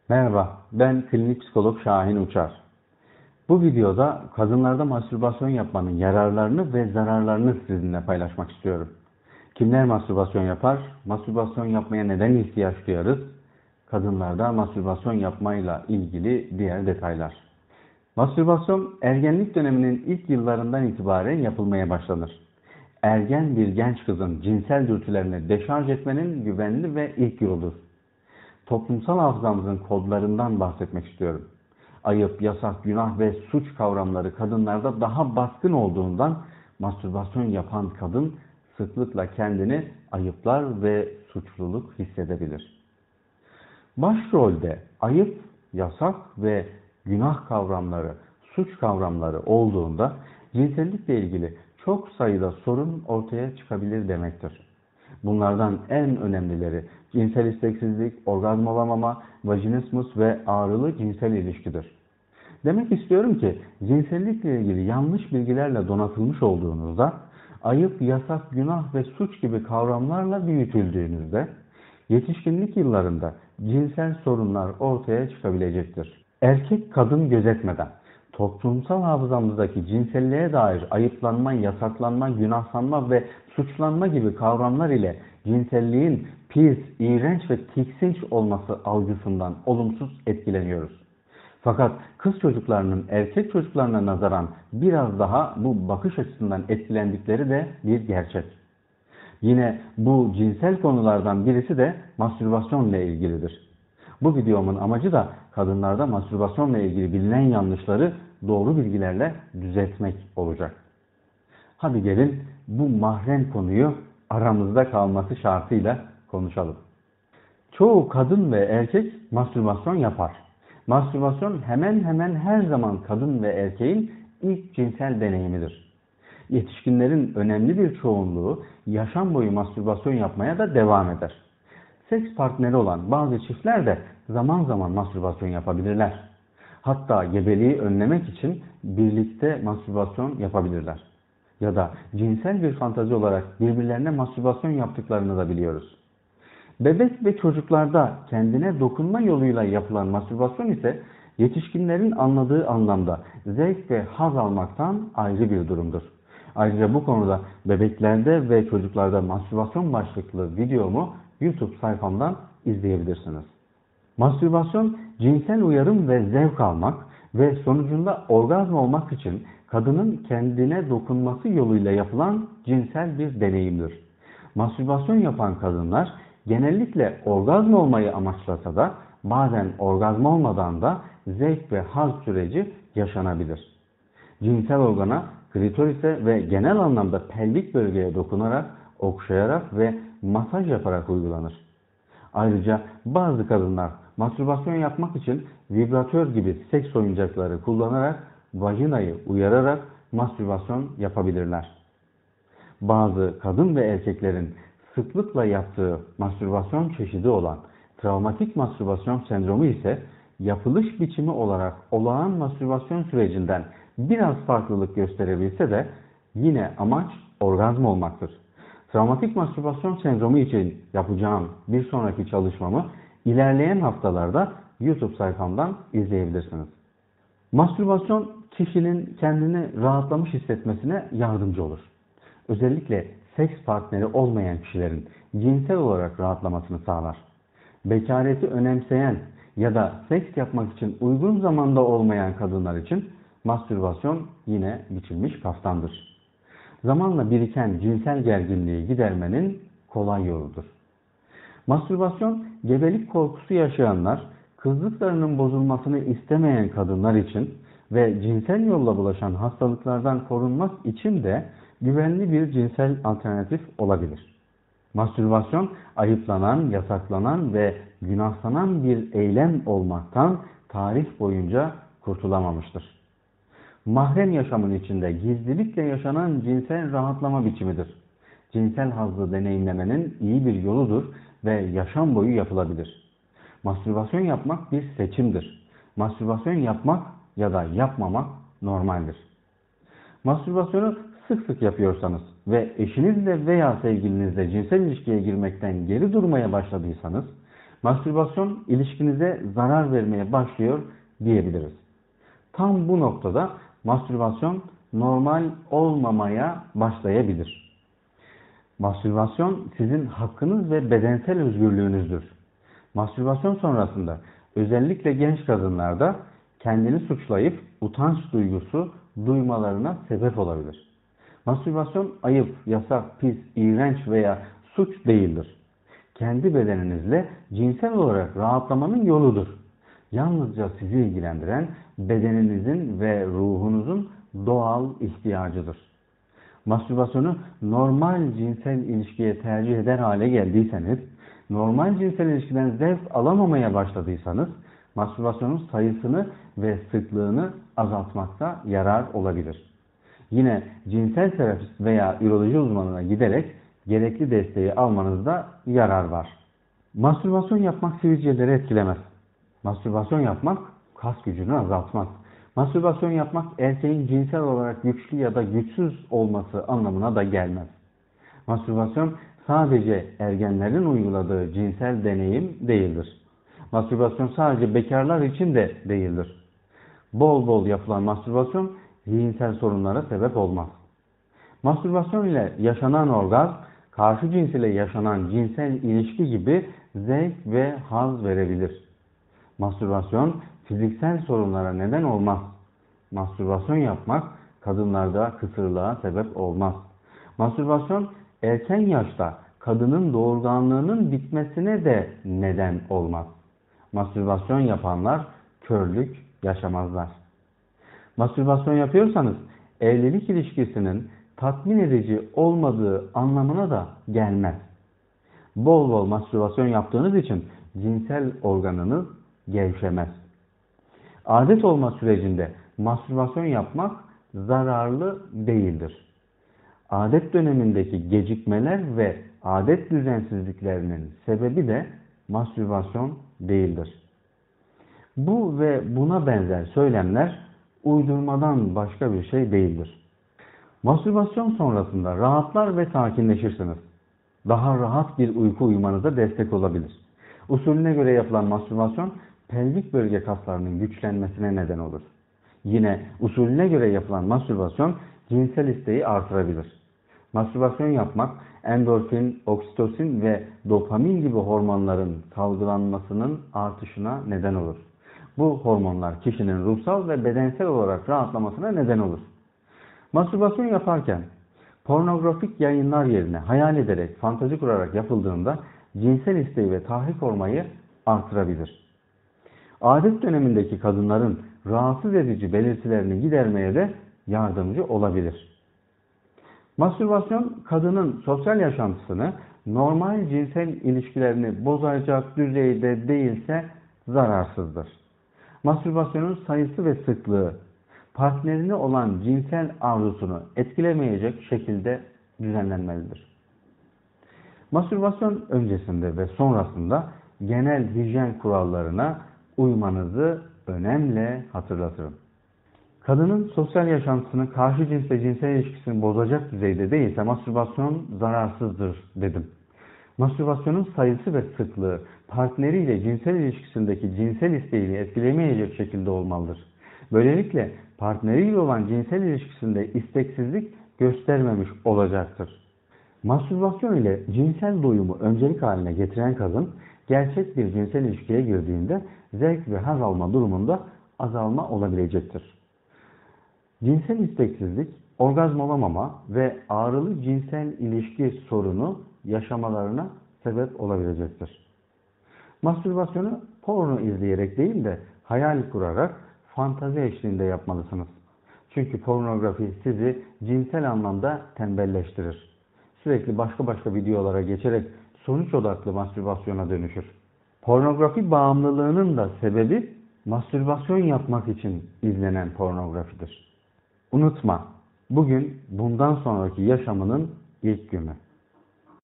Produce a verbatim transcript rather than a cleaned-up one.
Merhaba, ben klinik psikolog Şahin Uçar. Bu videoda kadınlarda mastürbasyon yapmanın yararlarını ve zararlarını sizinle paylaşmak istiyorum. Kimler mastürbasyon yapar? Mastürbasyon yapmaya neden ihtiyaç duyarız? Kadınlarda mastürbasyon yapmayla ilgili diğer detaylar. Mastürbasyon ergenlik döneminin ilk yıllarından itibaren yapılmaya başlanır. Ergen bir genç kızın cinsel dürtülerini deşarj etmenin güvenli ve ilk yoludur. Toplumsal hafızamızın kodlarından bahsetmek istiyorum. Ayıp, yasak, günah ve suç kavramları kadınlarda daha baskın olduğundan mastürbasyon yapan kadın sıklıkla kendini ayıplar ve suçluluk hissedebilir. Başrolde ayıp, yasak ve günah kavramları, suç kavramları olduğunda cinsellikle ilgili çok sayıda sorun ortaya çıkabilir demektir. Bunlardan en önemlileri cinsel isteksizlik, orgazm olamama, vajinismus ve ağrılı cinsel ilişkidir. Demek istiyorum ki cinsellikle ilgili yanlış bilgilerle donatılmış olduğunuzda, ayıp, yasak, günah ve suç gibi kavramlarla büyütüldüğünüzde, yetişkinlik yıllarında cinsel sorunlar ortaya çıkabilecektir. Erkek kadın gözetmeden, toplumsal hafızamızdaki cinselliğe dair ayıplanma, yasaklanma, günahlanma ve suçlanma gibi kavramlar ile cinselliğin pis, iğrenç ve tiksinç olması algısından olumsuz etkileniyoruz. Fakat kız çocuklarının erkek çocuklarına nazaran biraz daha bu bakış açısından etkilendikleri de bir gerçek. Yine bu cinsel konulardan birisi de mastürbasyonla ilgilidir. Bu videomun amacı da kadınlarda mastürbasyonla ilgili bilinen yanlışları doğru bilgilerle düzeltmek olacak. Hadi gelin bu mahrem konuyu aramızda kalması şartıyla konuşalım. Çoğu kadın ve erkek mastürbasyon yapar. Mastürbasyon hemen hemen her zaman kadın ve erkeğin ilk cinsel deneyimidir. Yetişkinlerin önemli bir çoğunluğu yaşam boyu mastürbasyon yapmaya da devam eder. Seks partneri olan bazı çiftler de zaman zaman mastürbasyon yapabilirler. Hatta gebeliği önlemek için birlikte mastürbasyon yapabilirler. Ya da cinsel bir fantazi olarak birbirlerine mastürbasyon yaptıklarını da biliyoruz. Bebek ve çocuklarda kendine dokunma yoluyla yapılan mastürbasyon ise yetişkinlerin anladığı anlamda zevk ve haz almaktan ayrı bir durumdur. Ayrıca bu konuda bebeklerde ve çocuklarda mastürbasyon başlıklı videomu YouTube sayfamdan izleyebilirsiniz. Mastürbasyon cinsel uyarım ve zevk almak ve sonucunda orgazm olmak için kadının kendine dokunması yoluyla yapılan cinsel bir deneyimdir. Mastürbasyon yapan kadınlar genellikle orgazm olmayı amaçlasa da bazen orgazm olmadan da zevk ve haz süreci yaşanabilir. Cinsel organa, klitorise ve genel anlamda pelvik bölgeye dokunarak, okşayarak ve masaj yaparak uygulanır. Ayrıca bazı kadınlar mastürbasyon yapmak için vibratör gibi seks oyuncakları kullanarak vajinayı uyararak mastürbasyon yapabilirler. Bazı kadın ve erkeklerin sıklıkla yaptığı mastürbasyon çeşidi olan travmatik mastürbasyon sendromu ise yapılış biçimi olarak olağan mastürbasyon sürecinden biraz farklılık gösterebilse de yine amaç orgazm olmaktır. Travmatik mastürbasyon sendromu için yapacağım bir sonraki çalışmamı ilerleyen haftalarda YouTube sayfamdan izleyebilirsiniz. Mastürbasyon kişinin kendini rahatlamış hissetmesine yardımcı olur. Özellikle seks partneri olmayan kişilerin cinsel olarak rahatlamasını sağlar. Bekareti önemseyen ya da seks yapmak için uygun zamanda olmayan kadınlar için mastürbasyon yine biçilmiş kaftandır. Zamanla biriken cinsel gerginliği gidermenin kolay yoludur. Mastürbasyon, gebelik korkusu yaşayanlar, kızlıklarının bozulmasını istemeyen kadınlar için ve cinsel yolla bulaşan hastalıklardan korunmak için de güvenli bir cinsel alternatif olabilir. Mastürbasyon, ayıplanan, yasaklanan ve günahlanan bir eylem olmaktan tarih boyunca kurtulamamıştır. Mahrem yaşamın içinde gizlilikle yaşanan cinsel rahatlama biçimidir. Cinsel hazzı deneyimlemenin iyi bir yoludur ve yaşam boyu yapılabilir. Mastürbasyon yapmak bir seçimdir. Mastürbasyon yapmak ya da yapmamak normaldir. Mastürbasyonu sık sık yapıyorsanız ve eşinizle veya sevgilinizle cinsel ilişkiye girmekten geri durmaya başladıysanız, Mastürbasyon ilişkinize zarar vermeye başlıyor diyebiliriz. Tam bu noktada mastürbasyon normal olmamaya başlayabilir. Mastürbasyon sizin hakkınız ve bedensel özgürlüğünüzdür. Mastürbasyon sonrasında özellikle genç kadınlarda kendini suçlayıp utanç duygusu duymalarına sebep olabilir. Mastürbasyon ayıp, yasak, pis, iğrenç veya suç değildir. Kendi bedeninizle cinsel olarak rahatlamanın yoludur. Yalnızca sizi ilgilendiren bedeninizin ve ruhunuzun doğal ihtiyacıdır. Mastürbasyonu normal cinsel ilişkiye tercih eder hale geldiyseniz, normal cinsel ilişkiden zevk alamamaya başladıysanız, mastürbasyonun sayısını ve sıklığını azaltmakta yarar olabilir. Yine cinsel terapist veya üroloji uzmanına giderek gerekli desteği almanızda yarar var. Mastürbasyon yapmak sivilceleri etkilemez. Mastürbasyon yapmak kas gücünü azaltmaz. Mastürbasyon yapmak erkeğin cinsel olarak güçlü ya da güçsüz olması anlamına da gelmez. Mastürbasyon sadece ergenlerin uyguladığı cinsel deneyim değildir. Mastürbasyon sadece bekarlar için de değildir. Bol bol yapılan mastürbasyon zihinsel sorunlara sebep olmaz. Mastürbasyon ile yaşanan orgazm, karşı cins ile yaşanan cinsel ilişki gibi zevk ve haz verebilir. Mastürbasyon fiziksel sorunlara neden olmaz. Mastürbasyon yapmak kadınlarda kısırlığa sebep olmaz. Mastürbasyon erken yaşta kadının doğurganlığının bitmesine de neden olmaz. Mastürbasyon yapanlar körlük yaşamazlar. Mastürbasyon yapıyorsanız evlilik ilişkisinin tatmin edici olmadığı anlamına da gelmez. Bol bol mastürbasyon yaptığınız için cinsel organınız gevşemez. Adet olma sürecinde mastürbasyon yapmak zararlı değildir. Adet dönemindeki gecikmeler ve adet düzensizliklerinin sebebi de mastürbasyon değildir. Bu ve buna benzer söylemler uydurmadan başka bir şey değildir. Mastürbasyon sonrasında rahatlar ve sakinleşirsiniz. Daha rahat bir uyku uyumanıza destek olabilir. Usulüne göre yapılan mastürbasyon pelvik bölge kaslarının güçlenmesine neden olur. Yine usulüne göre yapılan mastürbasyon cinsel isteği artırabilir. Mastürbasyon yapmak endorfin, oksitosin ve dopamin gibi hormonların salgılanmasının artışına neden olur. Bu hormonlar kişinin ruhsal ve bedensel olarak rahatlamasına neden olur. Mastürbasyon yaparken pornografik yayınlar yerine hayal ederek, fantazi kurarak yapıldığında cinsel isteği ve tahrik olmayı artırabilir. Adet dönemindeki kadınların rahatsız edici belirtilerini gidermeye de yardımcı olabilir. Mastürbasyon kadının sosyal yaşantısını, normal cinsel ilişkilerini bozacak düzeyde değilse zararsızdır. Mastürbasyonun sayısı ve sıklığı partnerine olan cinsel arzusunu etkilemeyecek şekilde düzenlenmelidir. Mastürbasyon öncesinde ve sonrasında genel hijyen kurallarına uymanızı önemli hatırlatırım. Kadının sosyal yaşantısını karşı cinsle cinsel ilişkisini bozacak düzeyde değilse mastürbasyon zararsızdır dedim. Mastürbasyonun sayısı ve sıklığı partneriyle cinsel ilişkisindeki cinsel isteğini etkilemeyecek şekilde olmalıdır. Böylelikle partneriyle olan cinsel ilişkisinde isteksizlik göstermemiş olacaktır. Mastürbasyon ile cinsel doyumu öncelik haline getiren kadın gerçek bir cinsel ilişkiye girdiğinde zevk ve haz alma durumunda azalma olabilecektir. Cinsel isteksizlik, orgazm olamama ve ağrılı cinsel ilişki sorunu yaşamalarına sebep olabilecektir. Mastürbasyonu porno izleyerek değil de hayal kurarak fantazi eşliğinde yapmalısınız. Çünkü pornografi sizi cinsel anlamda tembelleştirir. Sürekli başka başka videolara geçerek sonuç odaklı mastürbasyona dönüşür. Pornografi bağımlılığının da sebebi mastürbasyon yapmak için izlenen pornografidir. Unutma, bugün bundan sonraki yaşamının ilk günü.